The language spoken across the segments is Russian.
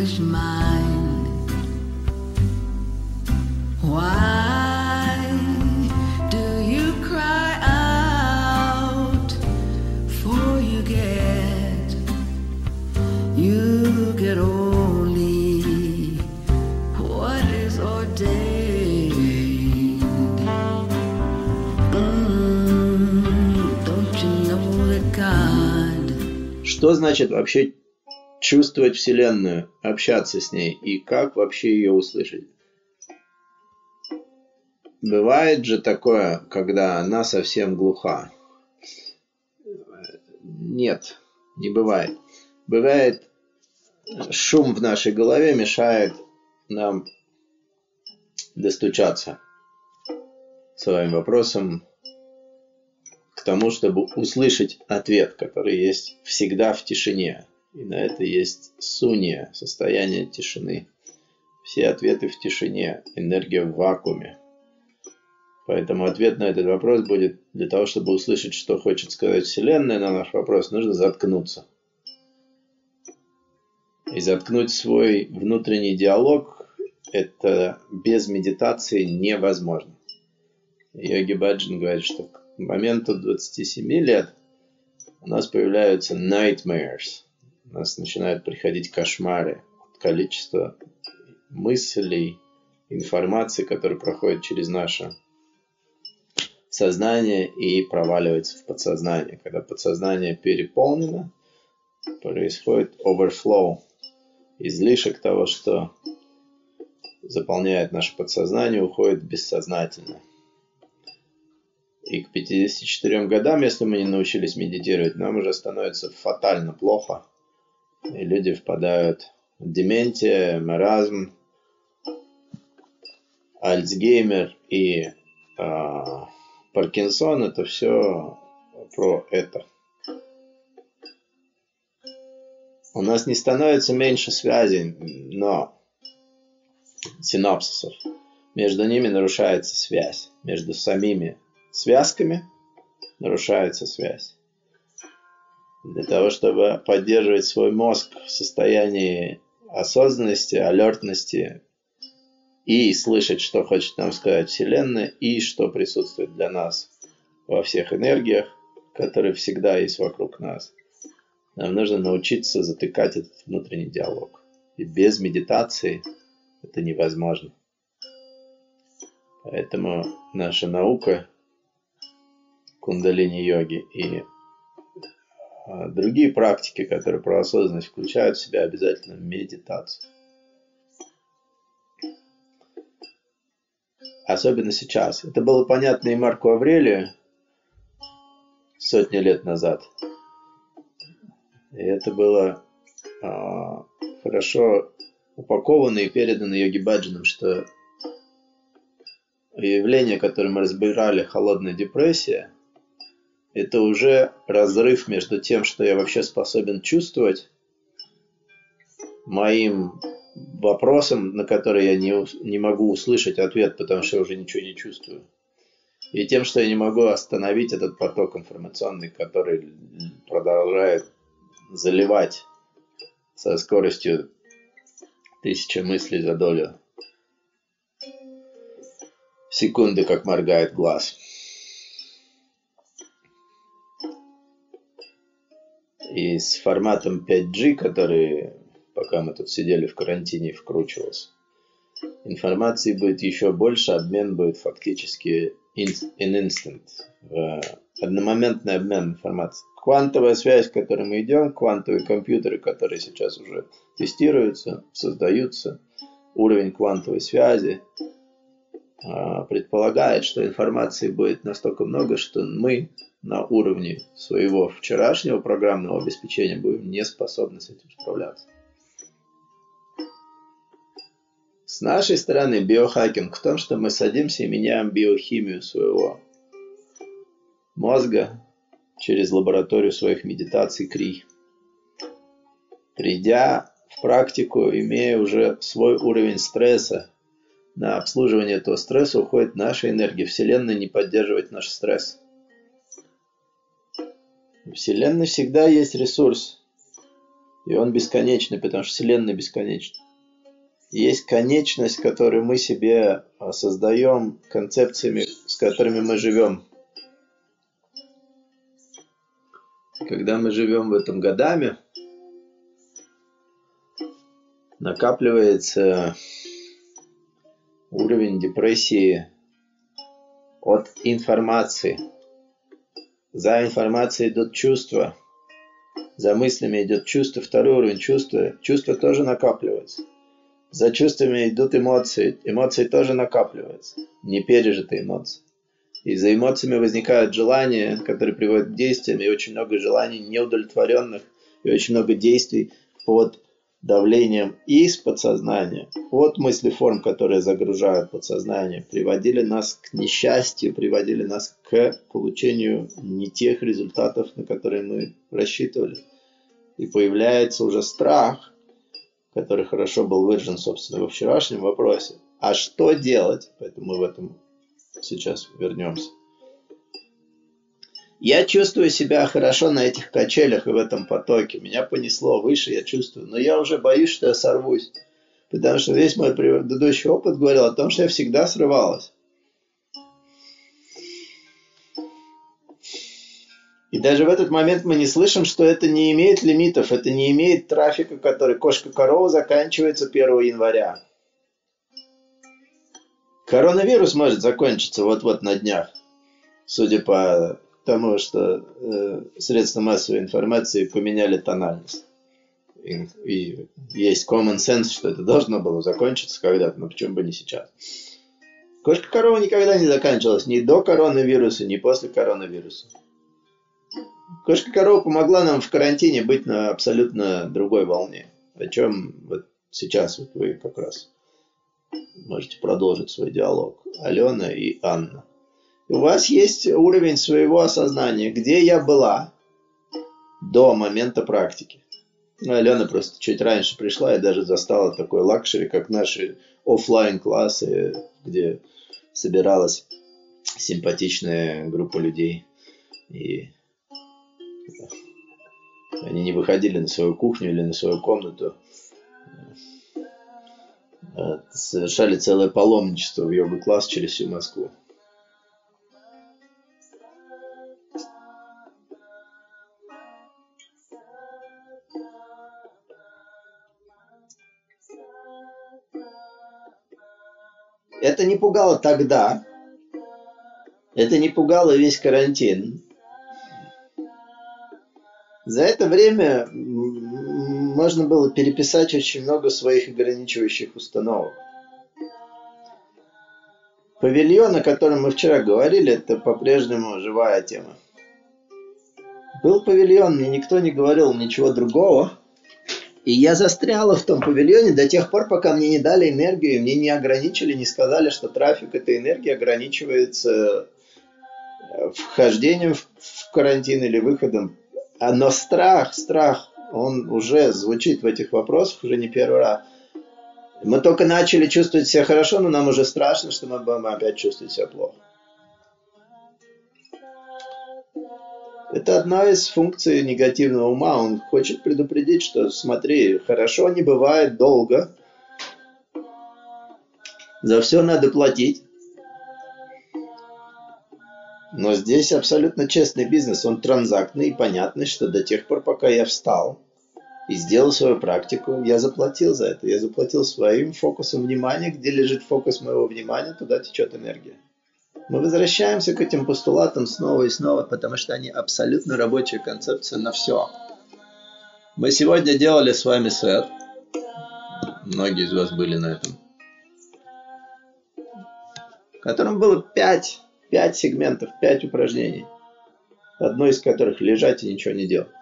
selfish mind. Why do you cry out for you get only what is ordained. Don't you know that God? Что значит вообще чувствовать Вселенную, общаться с ней и как вообще ее услышать? Бывает же такое, когда она совсем глуха? Нет, не бывает. Бывает, шум в нашей голове мешает нам достучаться своим вопросом к тому, чтобы услышать ответ, который есть всегда в тишине. И на это есть сунья, состояние тишины. Все ответы в тишине, энергия в вакууме. Поэтому ответ на этот вопрос будет: для того, чтобы услышать, что хочет сказать Вселенная на наш вопрос, нужно заткнуться. И заткнуть свой внутренний диалог – это без медитации невозможно. Йоги Баджан говорит, что к моменту 27 лет у нас появляются nightmares. У нас начинают приходить кошмары от количества мыслей, информации, которая проходит через наше сознание и проваливается в подсознание. Когда подсознание переполнено, происходит overflow, излишек того, что заполняет наше подсознание, уходит бессознательно. И к 54 годам, если мы не научились медитировать, нам уже становится фатально плохо. И люди впадают в дементия, маразм, Альцгеймер и Паркинсон. Это все про это. У нас не становится меньше связей, но синапсисов. Между ними нарушается связь. Между самими связками нарушается связь. Для того, чтобы поддерживать свой мозг в состоянии осознанности, алертности и слышать, что хочет нам сказать Вселенная, и что присутствует для нас во всех энергиях, которые всегда есть вокруг нас, нам нужно научиться затыкать этот внутренний диалог. И без медитации это невозможно. Поэтому наша наука кундалини-йоги и другие практики, которые про осознанность, включают в себя обязательно медитацию. Особенно сейчас. Это было понятно и Марку Аврелию сотни лет назад. И это было хорошо упаковано и передано Йоги Баджаном, что явление, которое мы разбирали, холодная депрессия, это уже разрыв между тем, что я вообще способен чувствовать, моим вопросом, на который я не могу услышать ответ, потому что я уже ничего не чувствую, и тем, что я не могу остановить этот поток информационный, который продолжает заливать со скоростью 1000 мыслей за долю секунды, как моргает глаз. И с форматом 5G, который, пока мы тут сидели в карантине, вкручивался, информации будет еще больше, обмен будет фактически in instant, одномоментный обмен информацией. Квантовая связь, к которой мы идем, квантовые компьютеры, которые сейчас уже тестируются, создаются, уровень квантовой связи предполагает, что информации будет настолько много, что мы на уровне своего вчерашнего программного обеспечения будем не способны с этим справляться. С нашей стороны биохакинг в том, что мы садимся и меняем биохимию своего мозга через лабораторию своих медитаций Крий. Придя в практику, имея уже свой уровень стресса, на обслуживание этого стресса уходит наша энергия. Вселенная не поддерживает наш стресс. У Вселенной всегда есть ресурс И он бесконечный, потому что Вселенная бесконечна. Есть конечность, которую мы себе создаем концепциями, с которыми мы живем. Когда мы живем в этом годами, накапливается уровень депрессии от информации. За информацией идут чувства, за мыслями идет чувство, второй уровень чувства. Чувства тоже накапливаются. За чувствами идут эмоции, эмоции тоже накапливаются, непережитые эмоции. И за эмоциями возникают желания, которые приводят к действиям, и очень много желаний неудовлетворенных, и очень много действий под давлением из подсознания, от мыслеформ, которые загружают подсознание, приводили нас к несчастью, приводили нас к получению не тех результатов, на которые мы рассчитывали. И появляется уже страх, который хорошо был выражен, собственно, во вчерашнем вопросе. А что делать? Поэтому мы в этом сейчас вернемся. Я чувствую себя хорошо на этих качелях и в этом потоке. Меня понесло выше, я чувствую. Но я уже боюсь, что я сорвусь. Потому что весь мой предыдущий опыт говорил о том, что я всегда срывалась. И даже в этот момент мы не слышим, что это не имеет лимитов, это не имеет трафика, который кошка-корова заканчивается 1 января. Коронавирус может закончиться вот-вот на днях, судя по тому, что средства массовой информации поменяли тональность. И есть common sense, что это должно было закончиться когда-то, но почему бы не сейчас. Кошка-корова никогда не заканчивалась ни до коронавируса, ни после коронавируса. Кошка-корова помогла нам в карантине быть на абсолютно другой волне. О чем вот сейчас вот вы как раз можете продолжить свой диалог. Алена и Анна. У вас есть уровень своего осознания, где я была до момента практики. Алена просто чуть раньше пришла и даже застала такой лакшери, как наши офлайн классы, где собиралась симпатичная группа людей. И они не выходили на свою кухню или на свою комнату. Совершали целое паломничество в йога-класс через всю Москву. Это не пугало тогда. Это не пугало весь карантин. За это время можно было переписать очень много своих ограничивающих установок. Павильон, о котором мы вчера говорили, это по-прежнему живая тема. Был павильон, мне никто не говорил ничего другого. И я застряла в том павильоне до тех пор, пока мне не дали энергию, и мне не ограничили, не сказали, что трафик этой энергии ограничивается вхождением в карантин или выходом. Но страх, он уже звучит в этих вопросах уже не первый раз. Мы только начали чувствовать себя хорошо, но нам уже страшно, что мы будем опять чувствовать себя плохо. Это одна из функций негативного ума. Он хочет предупредить, что смотри, хорошо не бывает долго. За все надо платить. Но здесь абсолютно честный бизнес. Он транзактный и понятный, что до тех пор, пока я встал и сделал свою практику, я заплатил за это. Я заплатил своим фокусом внимания. Где лежит фокус моего внимания, туда течет энергия. Мы возвращаемся к этим постулатам снова и снова, потому что они абсолютно рабочая концепция на все. Мы сегодня делали с вами сет. Многие из вас были на этом. В котором было 5 сегментов, 5 упражнений. Одно из которых лежать и ничего не делать.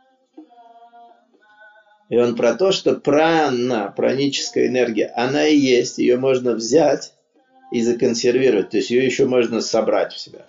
И он про то, что прана, праническая энергия, она и есть. Ее можно взять и законсервировать. То есть ее еще можно собрать в себя.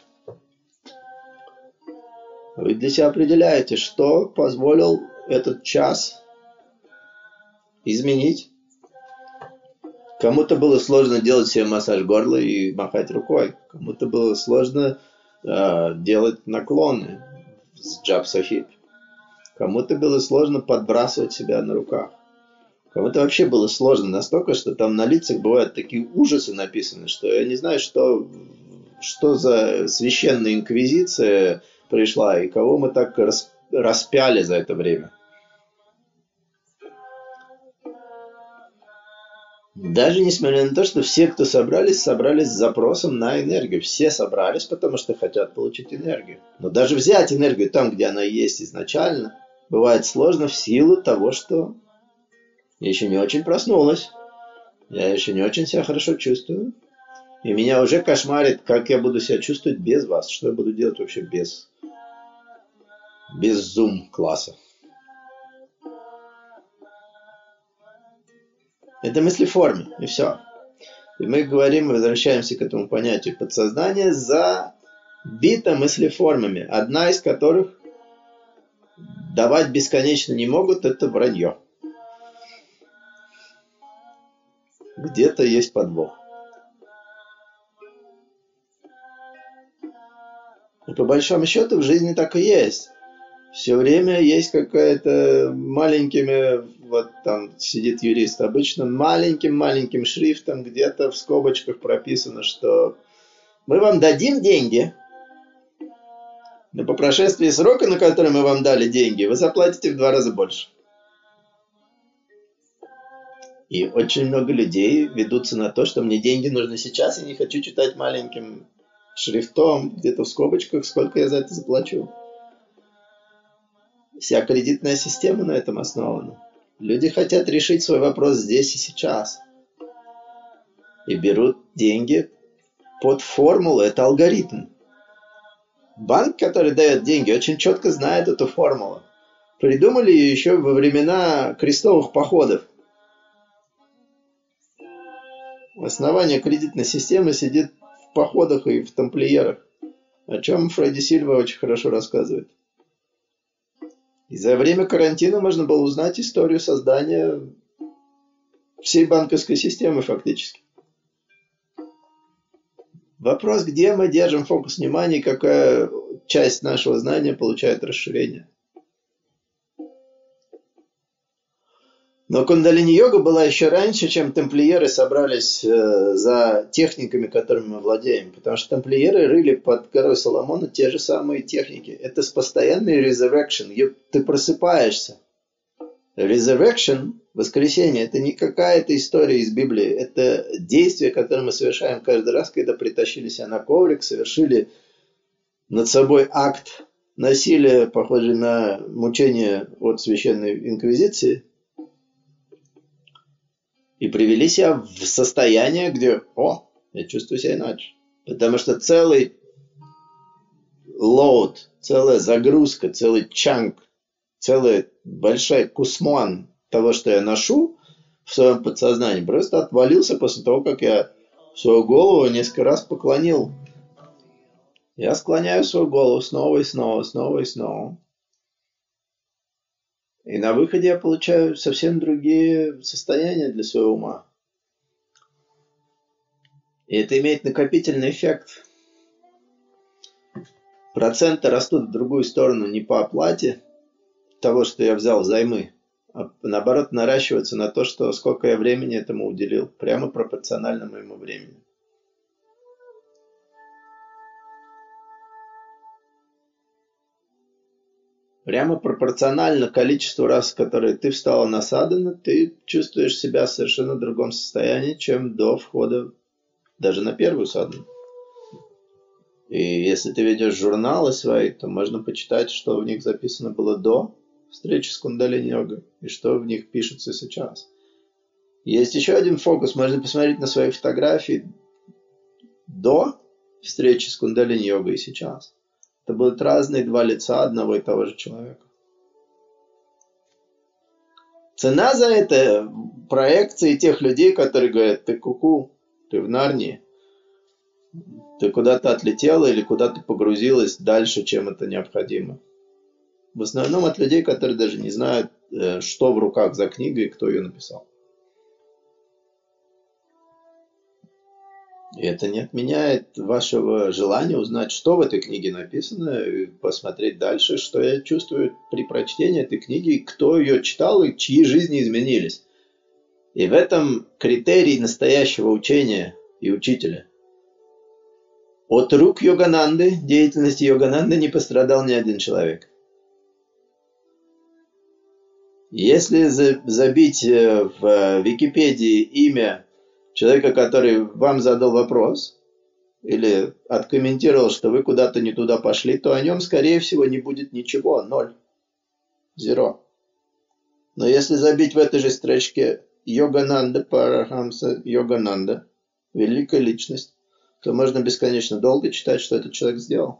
Вы для себя определяете, что позволил этот час изменить. Кому-то было сложно делать себе массаж горла и махать рукой. Кому-то было сложно делать наклоны с джап-сахиб. Кому-то было сложно подбрасывать себя на руках. Кому-то вообще было сложно настолько, что там на лицах бывают такие ужасы написаны, что я не знаю, что за священная инквизиция пришла и кого мы так распяли за это время. Даже несмотря на то, что все, кто собрались с запросом на энергию. Все собрались, потому что хотят получить энергию. Но даже взять энергию там, где она есть изначально, бывает сложно в силу того, что я еще не очень проснулась. Я еще не очень себя хорошо чувствую. И меня уже кошмарит, как я буду себя чувствовать без вас. Что я буду делать вообще без Zoom-класса. Это мыслеформа, и все. И мы говорим, возвращаемся к этому понятию. Подсознание забито мыслеформами, одна из которых давать бесконечно не могут, это вранье. Где-то есть подвох. И по большому счету в жизни так и есть. Все время есть какая-то маленькими, вот там сидит юрист, обычно маленьким шрифтом где-то в скобочках прописано, что мы вам дадим деньги, но по прошествии срока, на который мы вам дали деньги, вы заплатите в 2 раза больше. И очень много людей ведутся на то, что мне деньги нужны сейчас, я не хочу читать маленьким шрифтом где-то в скобочках, сколько я за это заплачу. Вся кредитная система на этом основана. Люди хотят решить свой вопрос здесь и сейчас. И берут деньги под формулу. Это алгоритм. Банк, который дает деньги, очень четко знает эту формулу. Придумали ее еще во времена крестовых походов. Основание кредитной системы сидит в походах и в тамплиерах. О чем Фредди Сильва очень хорошо рассказывает. И за время карантина можно было узнать историю создания всей банковской системы фактически. Вопрос, где мы держим фокус внимания и какая часть нашего знания получает расширение. Но кундалини-йога была еще раньше, чем тамплиеры собрались за техниками, которыми мы владеем. Потому что тамплиеры рыли под горой Соломона те же самые техники. Это постоянный resurrection. Ты просыпаешься. Resurrection, воскресенье, это не какая-то история из Библии. Это действие, которое мы совершаем каждый раз, когда притащили себя на коврик, совершили над собой акт насилия, похожий на мучение от священной инквизиции. И привели себя в состояние, где, я чувствую себя иначе. Потому что целый load, целая загрузка, целый чанк, целая большая кусман того, что я ношу в своем подсознании, просто отвалился после того, как я свою голову несколько раз поклонил. Я склоняю свою голову снова и снова, снова и снова. И на выходе я получаю совсем другие состояния для своего ума. И это имеет накопительный эффект. Проценты растут в другую сторону не по оплате того, что я взял взаймы, а наоборот наращиваются на то, что сколько я времени этому уделил, прямо пропорционально моему времени. Прямо пропорционально количеству раз, которые ты встала на садхану, ты чувствуешь себя в совершенно другом состоянии, чем до входа даже на первую садхану. И если ты ведешь журналы свои, то можно почитать, что в них записано было до встречи с кундалини-йогой и что в них пишется сейчас. Есть еще один фокус. Можно посмотреть на свои фотографии до встречи с кундалини-йогой и сейчас. Это будут разные 2 лица одного и того же человека. Цена за это проекции тех людей, которые говорят, ты ку-ку, ты в Нарнии, ты куда-то отлетела или куда-то погрузилась дальше, чем это необходимо. В основном от людей, которые даже не знают, что в руках за книга и кто ее написал. И это не отменяет вашего желания узнать, что в этой книге написано, и посмотреть дальше, что я чувствую при прочтении этой книги, кто ее читал и чьи жизни изменились. И в этом критерий настоящего учения и учителя. От рук Йогананды, деятельности Йогананды, не пострадал ни один человек. Если забить в Википедии имя человека, который вам задал вопрос, или откомментировал, что вы куда-то не туда пошли, то о нем, скорее всего, не будет ничего, 0, 0. Но если забить в этой же строчке Йогананда, Парахамса Йогананда, великая личность, то можно бесконечно долго читать, что этот человек сделал.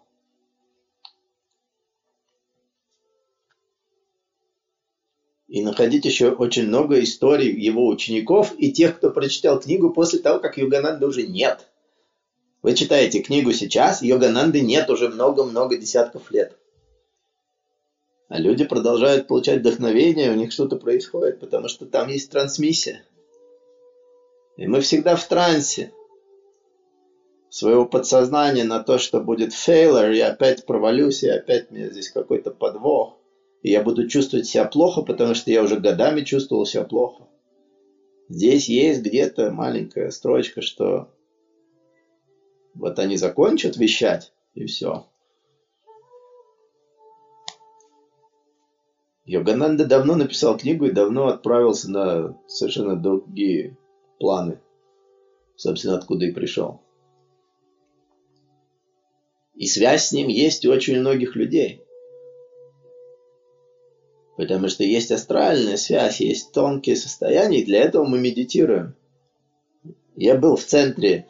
И находить еще очень много историй его учеников и тех, кто прочитал книгу после того, как Йогананды уже нет. Вы читаете книгу сейчас, Йогананды нет уже много-много десятков лет. А люди продолжают получать вдохновение, у них что-то происходит, потому что там есть трансмиссия. И мы всегда в трансе своего подсознания на то, что будет failure, я опять провалюсь, и опять у меня здесь какой-то подвох. И я буду чувствовать себя плохо, потому что я уже годами чувствовал себя плохо. Здесь есть где-то маленькая строчка, что вот они закончат вещать, и все. Йогананда давно написал книгу и давно отправился на совершенно другие планы. Собственно, откуда и пришел. И связь с ним есть у очень многих людей. Потому что есть астральная связь, есть тонкие состояния, и для этого мы медитируем. Я был в центре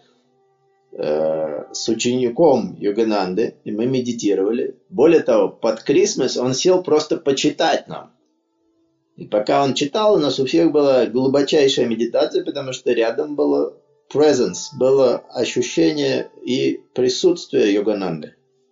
с учеником Йогананды, и мы медитировали. Более того, под Крисмас он сел просто почитать нам. И пока он читал, у нас у всех была глубочайшая медитация, потому что рядом было presence, было ощущение и присутствие Йогананды.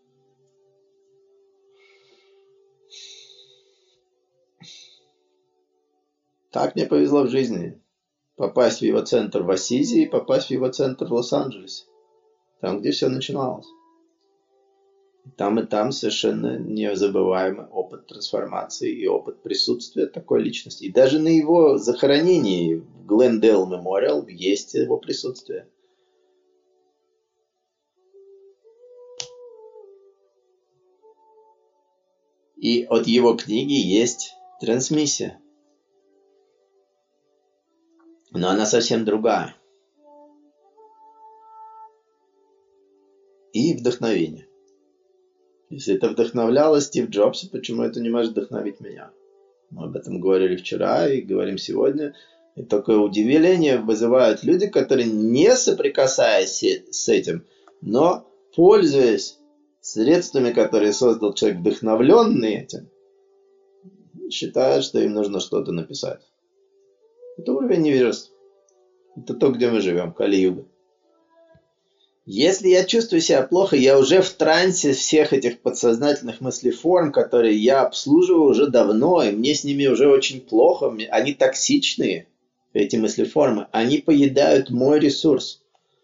Так мне повезло в жизни попасть в его центр в Ассизи и попасть в его центр в Лос-Анджелесе. Там, где все начиналось. И там совершенно незабываемый опыт трансформации и опыт присутствия такой личности. И даже на его захоронении в Глендейл Мемориал есть его присутствие. И от его книги есть трансмиссия. Но она совсем другая. И вдохновение. Если это вдохновляло Стив Джобса, почему это не может вдохновить меня? Мы об этом говорили вчера и говорим сегодня. И такое удивление вызывают люди, которые не соприкасаясь с этим, но пользуясь средствами, которые создал человек, вдохновленный этим, считают, что им нужно что-то написать. Это уровень невежества. Это то, где мы живем, Кали-юга. Если я чувствую себя плохо, я уже в трансе всех этих подсознательных мыслеформ, которые я обслуживаю уже давно, и мне с ними уже очень плохо. Они токсичные, эти мыслеформы. Они поедают мой ресурс.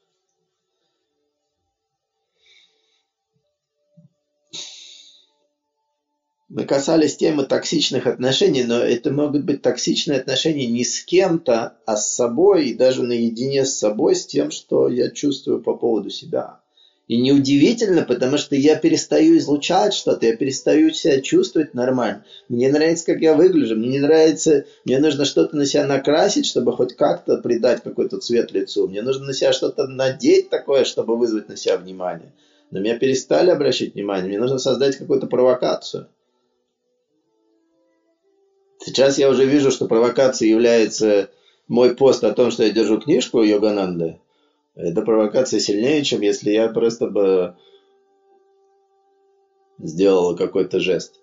Мы касались темы токсичных отношений, но это могут быть токсичные отношения не с кем-то, а с собой, и даже наедине с собой, с тем, что я чувствую по поводу себя. И неудивительно, потому что я перестаю излучать что-то, я перестаю себя чувствовать нормально. Мне нравится, как я выгляжу, мне не нравится, мне нужно что-то на себя накрасить, чтобы хоть как-то придать какой-то цвет лицу. Мне нужно на себя что-то надеть такое, чтобы вызвать на себя внимание. На меня перестали обращать внимание, мне нужно создать какую-то провокацию. Сейчас я уже вижу, что провокацией является мой пост о том, что я держу книжку Йогананды. Эта провокация сильнее, чем если я просто бы сделал какой-то жест.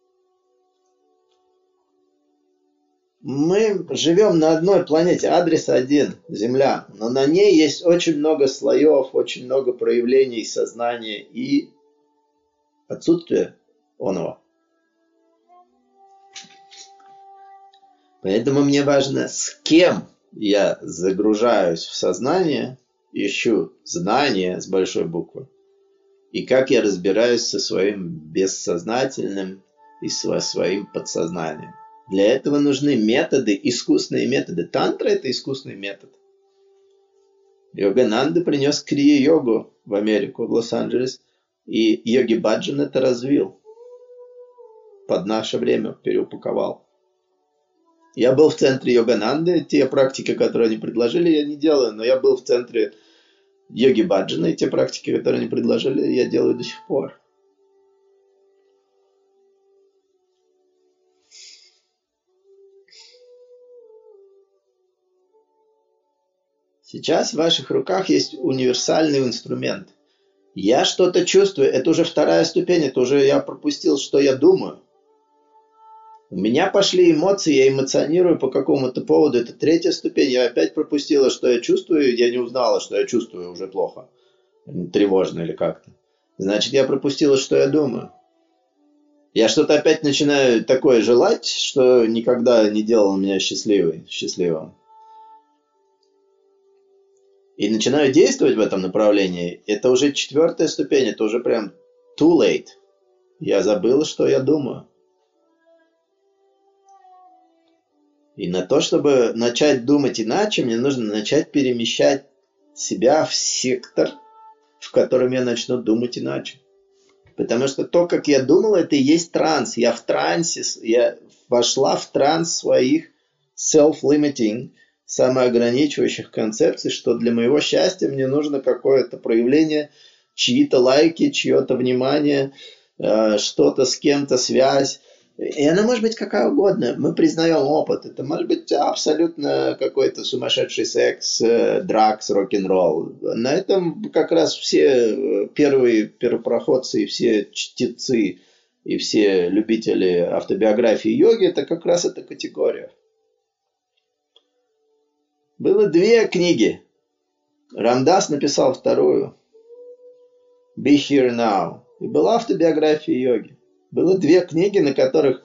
Мы живем на одной планете, адрес один, Земля. Но на ней есть очень много слоев, очень много проявлений сознания и отсутствия оного. Поэтому мне важно, с кем я загружаюсь в сознание ищу знания с большой буквы, и как я разбираюсь со своим бессознательным и со своим подсознанием. Для этого нужны методы, искусственные методы. Тантра – это искусственный метод. Йогананда принес крия-йогу в Америку, в Лос-Анджелес, и Йоги Баджан это развил. Под наше время переупаковал. Я был в центре Йогананды. Те практики, которые они предложили, я не делаю, но я был в центре Йоги Баджана, и те практики, которые они предложили, я делаю до сих пор. Сейчас в ваших руках есть универсальный инструмент. Я что-то чувствую, это уже вторая ступень, это уже я пропустил, что я думаю. У меня пошли эмоции, я эмоционирую по какому-то поводу, это третья ступень, я опять пропустила, что я чувствую, я не узнала, что я чувствую уже плохо, тревожно или как-то. Значит, я пропустила, что я думаю. Я что-то опять начинаю такое желать, что никогда не делало меня счастливым. И начинаю действовать в этом направлении. Это уже четвертая ступень, это уже прям too late. Я забыл, что я думаю. И на то, чтобы начать думать иначе, мне нужно начать перемещать себя в сектор, в котором я начну думать иначе. Потому что то, как я думал, это и есть транс. Я в трансе, я вошла в транс своих self-limiting, самоограничивающих концепций, что для моего счастья мне нужно какое-то проявление, чьи-то лайки, чье-то внимание, что-то с кем-то, связь. И она может быть какая угодно. Мы признаем опыт. Это может быть абсолютно какой-то сумасшедший секс, дракс, рок-н-ролл. На этом как раз все первопроходцы и все чтецы и все любители автобиографии йоги, это как раз эта категория. Было две книги. Рамдас написал вторую. Be Here Now. И была автобиография йоги. Было две книги, на которых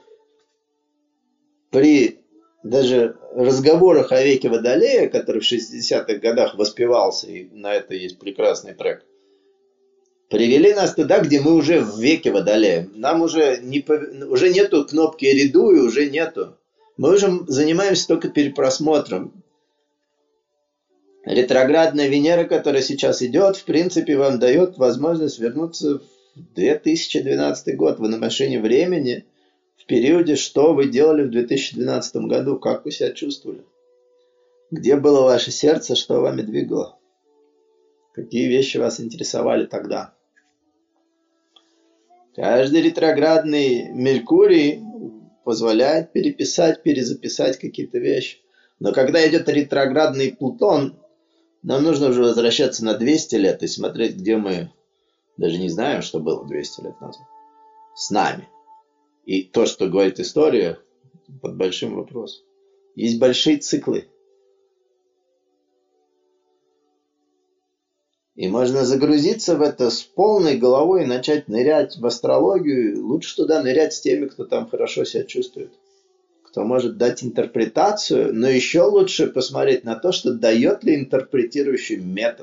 при даже разговорах о веке Водолея, который в 60-х годах воспевался, и на это есть прекрасный трек, привели нас туда, где мы уже в веке Водолея. Нам уже нету кнопки «Реду» и уже нету. Мы уже занимаемся только перепросмотром. Ретроградная Венера, которая сейчас идет, в принципе, вам дает возможность вернуться в 2012 год. Вы на машине времени в периоде, что вы делали в 2012 году, как вы себя чувствовали, где было ваше сердце, что вами двигало, какие вещи вас интересовали тогда. Каждый ретроградный Меркурий позволяет переписать, перезаписать какие-то вещи. Но когда идет ретроградный Плутон, нам нужно уже возвращаться на 200 лет и смотреть, где мы даже не знаем, что было 200 лет назад. С нами. И то, что говорит история, под большим вопросом. Есть большие циклы. И можно загрузиться в это с полной головой и начать нырять в астрологию. Лучше туда нырять с теми, кто там хорошо себя чувствует. Кто может дать интерпретацию, но еще лучше посмотреть на то, что дает ли интерпретирующий метод.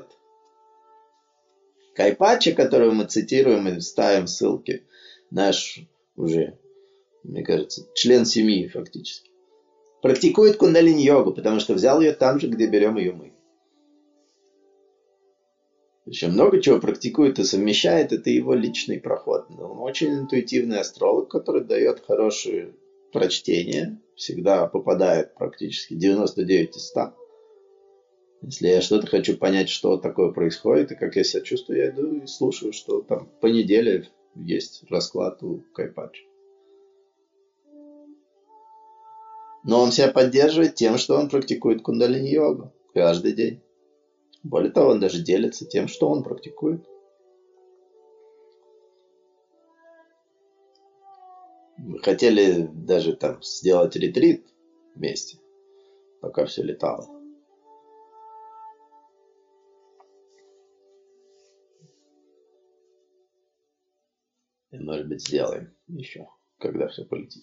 Кайпачи, которого мы цитируем и ставим ссылки, наш уже, мне кажется, член семьи фактически, практикует кундалини-йогу, потому что взял ее там же, где берем ее мы. Еще много чего практикует и совмещает, это его личный проход. Но он очень интуитивный астролог, который дает хорошие прочтения, всегда попадает практически 99 из 100. Если я что-то хочу понять, что такое происходит и как я себя чувствую, я иду и слушаю, что там по неделе есть расклад у Кайпачи. Но он себя поддерживает тем, что он практикует кундалини-йогу каждый день. Более того, он даже делится тем, что он практикует. Мы хотели даже там сделать ретрит вместе, пока все летало. И, может быть, сделаем еще, когда все полетит.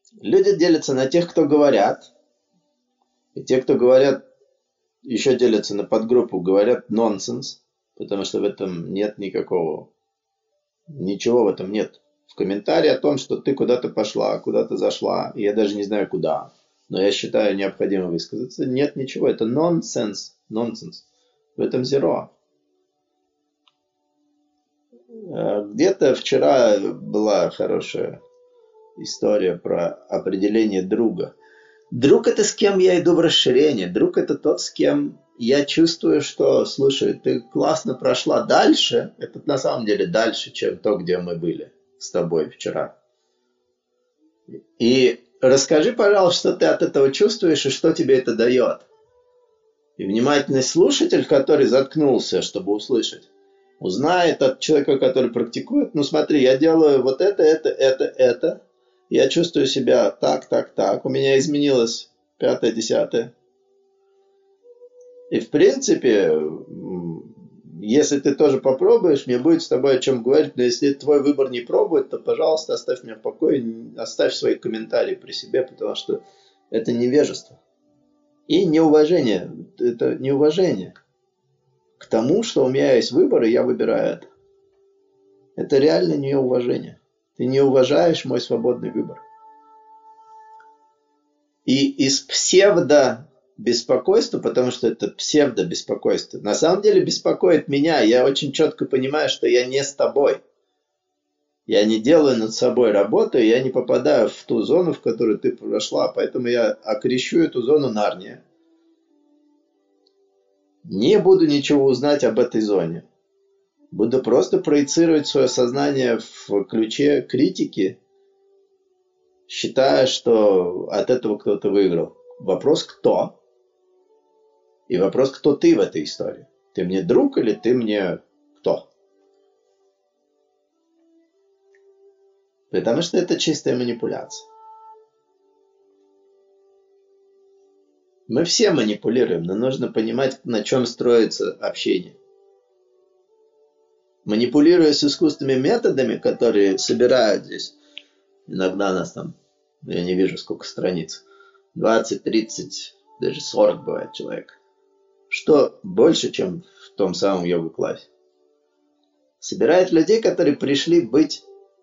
Люди делятся на тех, кто говорят, и те, кто говорят, еще делятся на подгруппу, говорят нонсенс, потому что в этом нет ничего в этом нет. В комментарии о том, что ты куда-то пошла, куда-то зашла, и я даже не знаю куда, но я считаю необходимо высказаться, нет ничего, это нонсенс. В этом зеро. Где-то вчера была хорошая история про определение друга. Друг — это с кем я иду в расширение. Друг — это тот, с кем я чувствую, что, слушай, ты классно прошла дальше. Это на самом деле дальше, чем то, где мы были с тобой вчера. И расскажи, пожалуйста, что ты от этого чувствуешь и что тебе это дает. И внимательный слушатель, который заткнулся, чтобы услышать, узнает от человека, который практикует, ну смотри, я делаю вот это. Я чувствую себя так. У меня изменилось 5, 10. И в принципе, если ты тоже попробуешь, мне будет с тобой о чем говорить. Но если твой выбор не пробует, то, пожалуйста, оставь меня в покое. Оставь свои комментарии при себе, потому что это невежество. И неуважение. Это неуважение к тому, что у меня есть выбор, и я выбираю это. Это реально неуважение. Ты не уважаешь мой свободный выбор. И из псевдо-беспокойства, потому что это псевдо-беспокойство, на самом деле беспокоит меня. Я очень четко понимаю, что я не с тобой. Я не делаю над собой работу, и я не попадаю в ту зону, в которую ты прошла. Поэтому я окрещу эту зону Нарния. Не буду ничего узнать об этой зоне. Буду просто проецировать свое сознание в ключе критики, считая, что от этого кто-то выиграл. Вопрос кто? И вопрос, кто ты в этой истории? Ты мне друг или ты мне кто? Потому что это чистая манипуляция. Мы все манипулируем, но нужно понимать, на чем строится общение. Манипулируя с искусственными методами, которые собирают здесь, иногда нас там, я не вижу сколько страниц, 20, 30, даже 40 бывает человек. Что больше, чем в том самом йога-классе. Собирает людей, которые пришли быть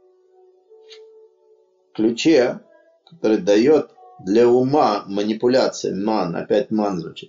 в ключе, который дает для ума манипуляция, ман, опять ман звучит.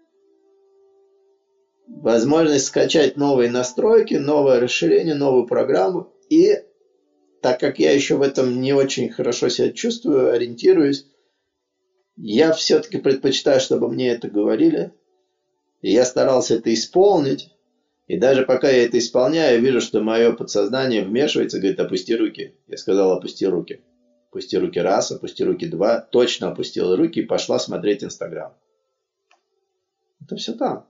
Возможность скачать новые настройки, новое расширение, новую программу. И так как я еще в этом не очень хорошо себя чувствую, ориентируюсь, я все-таки предпочитаю, чтобы мне это говорили. И я старался это исполнить. И даже пока я это исполняю, я вижу, что мое подсознание вмешивается, говорит, опусти руки. Я сказал, опусти руки. Опусти руки раз, опусти руки два. Точно опустила руки и пошла смотреть Инстаграм. Это все там.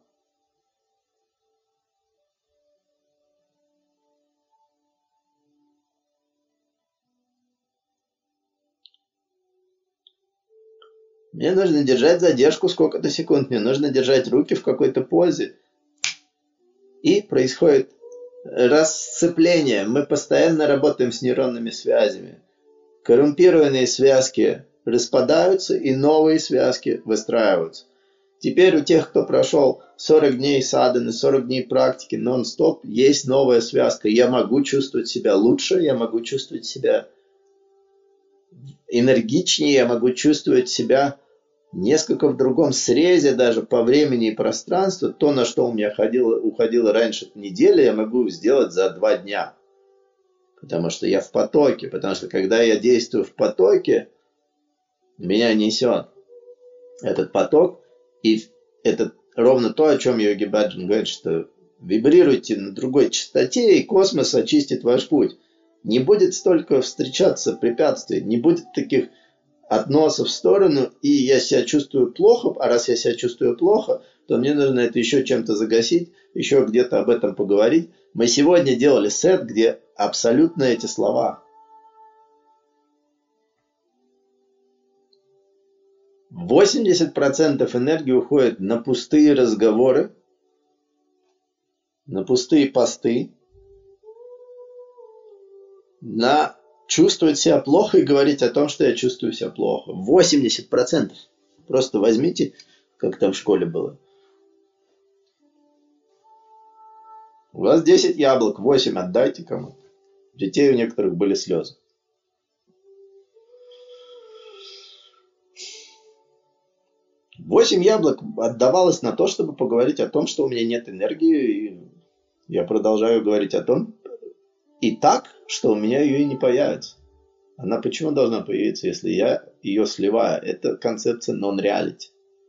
Мне нужно держать задержку сколько-то секунд. Мне нужно держать руки в какой-то позе. И происходит расцепление. Мы постоянно работаем с нейронными связями. Коррумпированные связки распадаются, и новые связки выстраиваются. Теперь у тех, кто прошел 40 дней садханы, 40 дней практики нон-стоп, есть новая связка. Я могу чувствовать себя лучше, я могу чувствовать себя энергичнее, я могу чувствовать себя несколько в другом срезе, даже по времени и пространству. То, на что у меня уходило раньше недели, я могу сделать за 2 дня. Потому что я в потоке. Потому что когда я действую в потоке, меня несет этот поток. И это ровно то, о чем Йоги Баджан говорит, что вибрируйте на другой частоте, и космос очистит ваш путь. Не будет столько встречаться препятствий, не будет таких относов в сторону, и я себя чувствую плохо, а раз я себя чувствую плохо, то мне нужно это еще чем-то загасить, еще где-то об этом поговорить. Мы сегодня делали сет, где абсолютно эти слова. 80% энергии уходит на пустые разговоры, на пустые посты, на чувствовать себя плохо и говорить о том, что я чувствую себя плохо. 80%. Просто возьмите, как там в школе было. У вас 10 яблок, 8 отдайте кому-то. Детей у некоторых были слезы. Восемь яблок отдавалось на то, чтобы поговорить о том, что у меня нет энергии, и я продолжаю говорить о том, и так, что у меня ее и не появится. Она почему должна появиться, если я ее сливаю? Это концепция non-reality.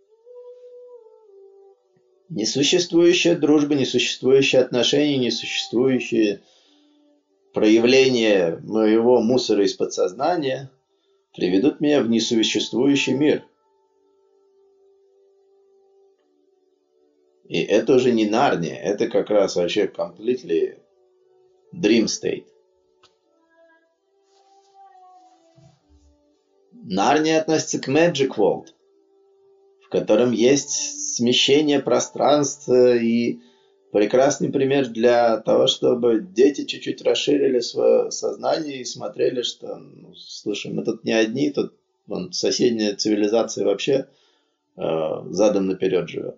Несуществующая дружба, несуществующие отношения, несуществующие проявления моего мусора из подсознания приведут меня в несуществующий мир. И это уже не Нарния, это как раз вообще completely dream state. Нарния относится к Magic World, в котором есть смещение пространства и прекрасный пример для того, чтобы дети чуть-чуть расширили свое сознание и смотрели, что, слушай, мы тут не одни, тут соседняя цивилизация вообще задом наперед живет.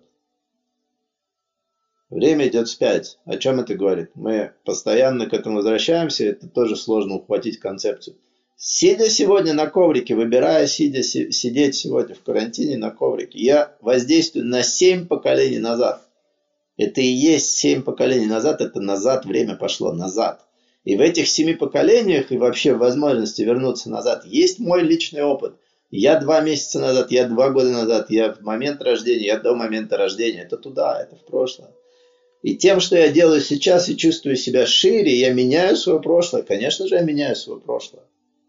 Время идет вспять. О чем это говорит? Мы постоянно к этому возвращаемся, это тоже сложно ухватить концепцию. Сидя сегодня на коврике, выбирая сидеть сегодня в карантине на коврике, я воздействую на 7 поколений назад. Это и есть 7 поколений назад, это назад, время пошло назад. И в этих 7 поколениях, и вообще в возможности вернуться назад, есть мой личный опыт. Я 2 месяца назад, я 2 года назад, я в момент рождения, я до момента рождения. Это туда, это в прошлое. И тем, что я делаю сейчас и чувствую себя шире, я меняю свое прошлое. Конечно же, я меняю свое прошлое.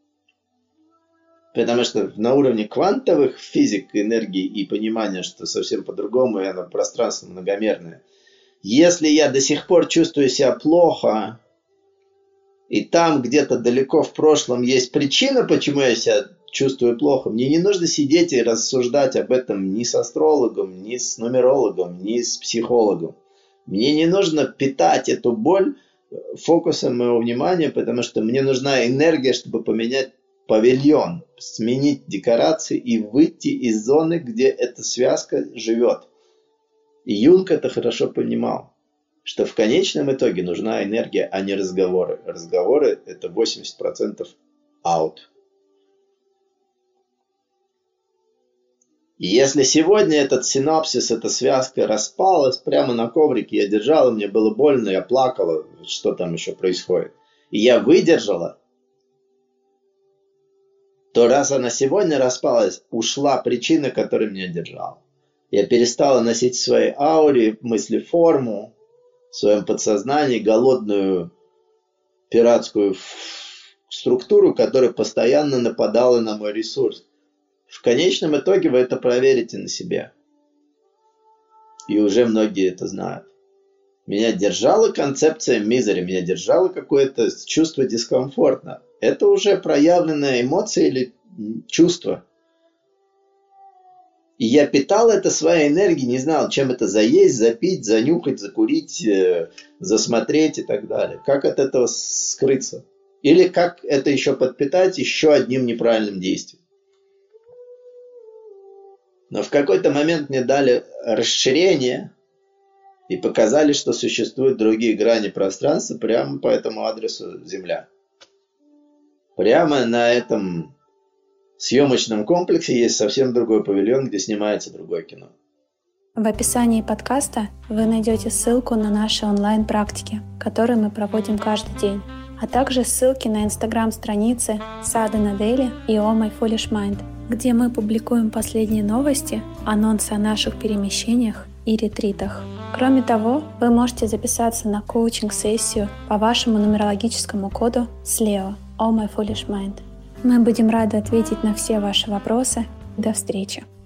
Потому что на уровне квантовых физик, энергии и понимания, что совсем по-другому, и оно пространство многомерное. Если я до сих пор чувствую себя плохо, и там где-то далеко в прошлом есть причина, почему я себя чувствую плохо, мне не нужно сидеть и рассуждать об этом ни с астрологом, ни с нумерологом, ни с психологом. Мне не нужно питать эту боль фокусом моего внимания, потому что мне нужна энергия, чтобы поменять павильон, сменить декорации и выйти из зоны, где эта связка живет. И Юнг это хорошо понимал, что в конечном итоге нужна энергия, а не разговоры. Разговоры – это 80% out. И если сегодня этот синапсис, эта связка распалась прямо на коврике, я держала, мне было больно, я плакала, что там еще происходит, и я выдержала, то раз она сегодня распалась, ушла причина, которая меня держала. Я перестала носить в своей ауре мыслеформу, в своем подсознании голодную пиратскую структуру, которая постоянно нападала на мой ресурс. В конечном итоге вы это проверите на себе. И уже многие это знают. Меня держала концепция мизери, меня держало какое-то чувство дискомфорта. Это уже проявленная эмоция или чувство. И я питал это своей энергией, не знал, чем это заесть, запить, занюхать, закурить, засмотреть и так далее. Как от этого скрыться? Или как это еще подпитать еще одним неправильным действием? Но в какой-то момент мне дали расширение и показали, что существуют другие грани пространства прямо по этому адресу Земля. Прямо на этом съемочном комплексе есть совсем другой павильон, где снимается другое кино. В описании подкаста вы найдете ссылку на наши онлайн-практики, которые мы проводим каждый день, а также ссылки на инстаграм-страницы Sadhana Daily и Oh My Foolish Mind, где мы публикуем последние новости, анонсы о наших перемещениях и ретритах. Кроме того, вы можете записаться на коучинг-сессию по вашему нумерологическому коду SLEO Oh My Foolish Mind. Мы будем рады ответить на все ваши вопросы. До встречи!